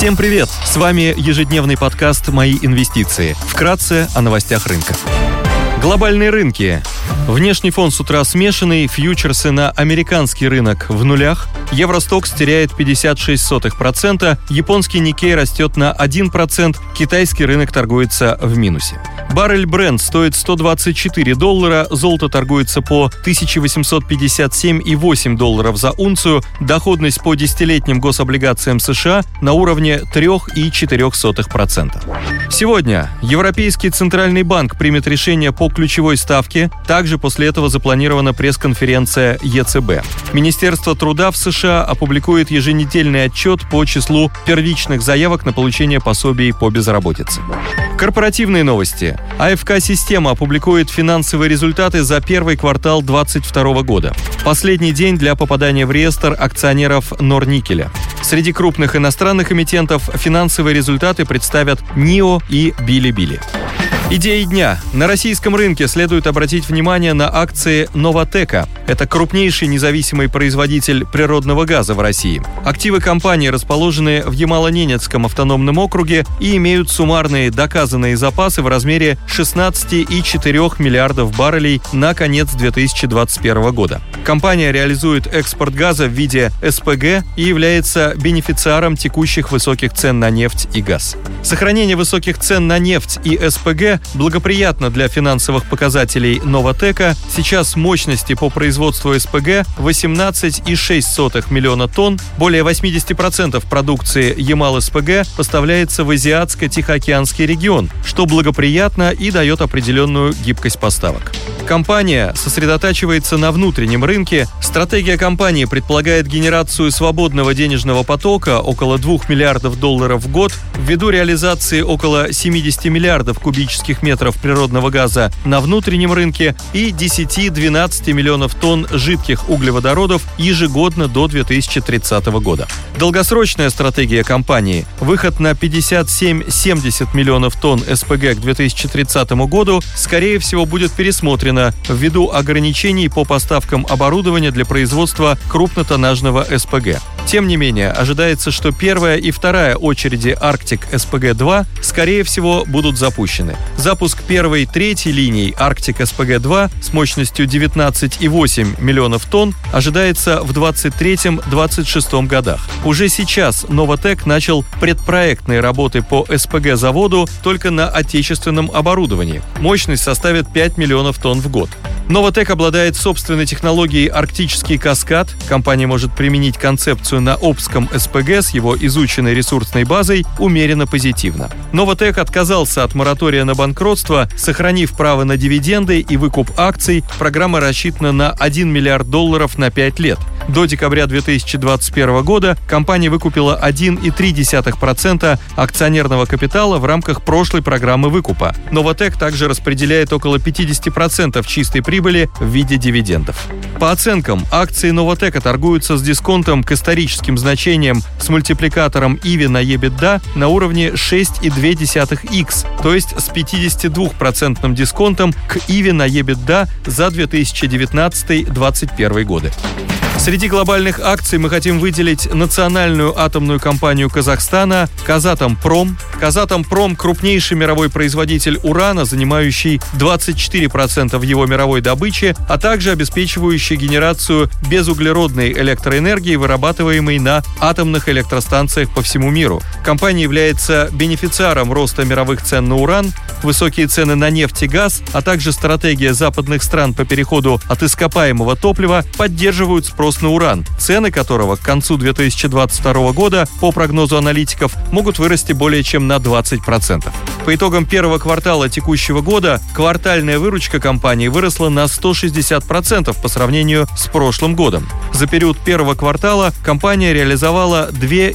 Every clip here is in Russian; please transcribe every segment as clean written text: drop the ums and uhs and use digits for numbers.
Всем привет! С вами ежедневный подкаст «Мои инвестиции». Вкратце о новостях рынка. Глобальные рынки. Внешний фон с утра смешанный, фьючерсы на американский рынок в нулях, Евростокс теряет 0,56%, японский Никкей растет на 1%, китайский рынок торгуется в минусе. Баррель Brent стоит $124, золото торгуется по $1857,8 за унцию, доходность по десятилетним гособлигациям США на уровне 3,4%. Сегодня Европейский Центральный банк примет решение по ключевой ставке, также после этого запланирована пресс-конференция ЕЦБ. Министерство труда в США опубликует еженедельный отчет по числу первичных заявок на получение пособий по безработице. Корпоративные новости. АФК-система опубликует финансовые результаты за первый квартал 2022 года. Последний день для попадания в реестр акционеров Норникеля. Среди крупных иностранных эмитентов финансовые результаты представят НИО и Билибили. Идеи дня. На российском рынке следует обратить внимание на акции Новатэка. Это крупнейший независимый производитель природного газа в России. Активы компании расположены в Ямало-Ненецком автономном округе и имеют суммарные доказанные запасы в размере 16,4 миллиардов баррелей на конец 2021 года. Компания реализует экспорт газа в виде СПГ и является бенефициаром текущих высоких цен на нефть и газ. Сохранение высоких цен на нефть и СПГ благоприятно для финансовых показателей Новатэка. Сейчас мощности по производству СПГ 18,6 миллиона тонн. Более 80% продукции Ямал-СПГ поставляется в Азиатско-Тихоокеанский регион, что благоприятно и дает определенную гибкость поставок. Компания сосредотачивается на внутреннем рынке. Стратегия компании предполагает генерацию свободного денежного потока около $2 миллиардов в год, ввиду реализации около 70 миллиардов кубических метров природного газа на внутреннем рынке и 10-12 миллионов тонн жидких углеводородов ежегодно до 2030 года. Долгосрочная стратегия компании – выход на 57-70 миллионов тонн СПГ к 2030 году, скорее всего, будет пересмотрена ввиду ограничений по поставкам оборудования для производства крупнотоннажного СПГ. Тем не менее, ожидается, что первая и вторая очереди Arctic SPG-2 скорее всего будут запущены. Запуск первой и третьей линий Arctic SPG-2 с мощностью 19,8 миллионов тонн ожидается в 2023-2026 годах. Уже сейчас Новатэк начал предпроектные работы по СПГ-заводу только на отечественном оборудовании. Мощность составит 5 миллионов тонн в год. Новатэк обладает собственной технологией «Арктический каскад». Компания может применить концепцию на Обском СПГ с его изученной ресурсной базой умеренно позитивно. Новатэк отказался от моратория на банкротство, сохранив право на дивиденды и выкуп акций. Программа рассчитана на $1 миллиард на 5 лет. До декабря 2021 года компания выкупила 1,3% акционерного капитала в рамках прошлой программы выкупа. Новатэк также распределяет около 50% чистой прибыли в виде дивидендов. По оценкам, акции Новатэка торгуются с дисконтом к историческим значениям с мультипликатором EV на EBITDA на уровне 6,2x, то есть с 52% дисконтом к EV на EBITDA за 2019-2021 годы. Среди глобальных акций мы хотим выделить национальную атомную компанию Казахстана «Казатомпром». «Казатомпром» – крупнейший мировой производитель урана, занимающий 24% в его мировой добыче, а также обеспечивающий генерацию безуглеродной электроэнергии, вырабатываемой на атомных электростанциях по всему миру. Компания является бенефициаром роста мировых цен на уран. Высокие цены на нефть и газ, а также стратегия западных стран по переходу от ископаемого топлива поддерживают спрос на уран, цены которого к концу 2022 года, по прогнозу аналитиков, могут вырасти более чем на 20%. По итогам первого квартала текущего года квартальная выручка компании выросла на 160% по сравнению с прошлым годом. За период первого квартала компания реализовала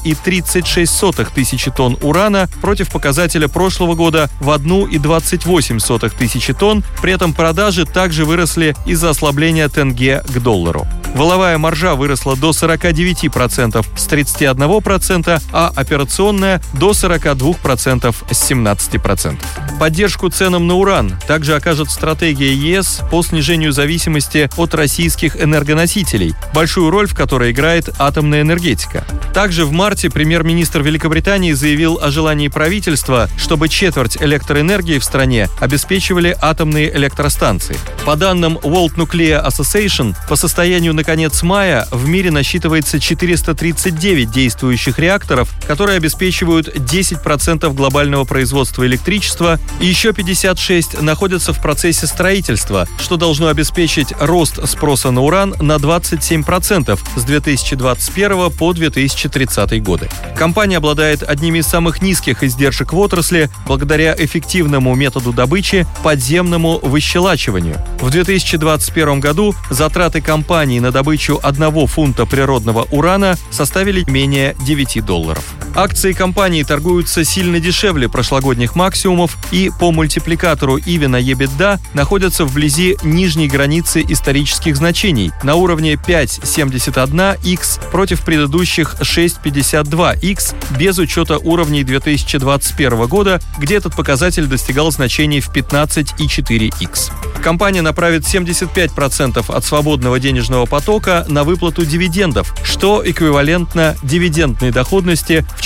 2,36 тысячи тонн урана против показателя прошлого года в 1,28 тысячи тонн. При этом продажи также выросли из-за ослабления тенге к доллару. Валовая маржа маржа выросла до 49% с 31%, а операционная до 42% с 17%. Поддержку ценам на уран также окажет стратегия ЕС по снижению зависимости от российских энергоносителей, большую роль в которой играет атомная энергетика. Также в марте премьер-министр Великобритании заявил о желании правительства, чтобы четверть электроэнергии в стране обеспечивали атомные электростанции. По данным World Nuclear Association, по состоянию на конец мая в мире насчитывается 439 действующих реакторов, которые обеспечивают 10% глобального производства электричества, и еще 56 находятся в процессе строительства, что должно обеспечить рост спроса на уран на 27% с 2021 по 2030 годы. Компания обладает одними из самых низких издержек в отрасли благодаря эффективному методу добычи – подземному выщелачиванию. В 2021 году затраты компании на добычу 1 фунта природного урана составили менее $9. Акции компании торгуются сильно дешевле прошлогодних максимумов и по мультипликатору EV на EBITDA находятся вблизи нижней границы исторических значений на уровне 5,71x против предыдущих 6,52x без учета уровней 2021 года, где этот показатель достигал значений в 15,4x. Компания направит 75% от свободного денежного потока на выплату дивидендов, что эквивалентно дивидендной доходности в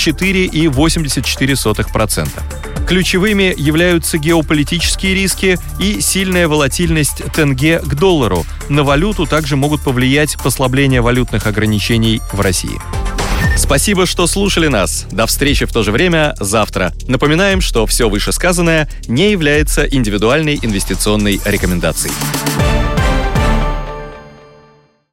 4,84%. Ключевыми являются геополитические риски и сильная волатильность тенге к доллару. На валюту также могут повлиять послабление валютных ограничений в России. Спасибо, что слушали нас. До встречи в то же время завтра. Напоминаем, что все вышесказанное не является индивидуальной инвестиционной рекомендацией.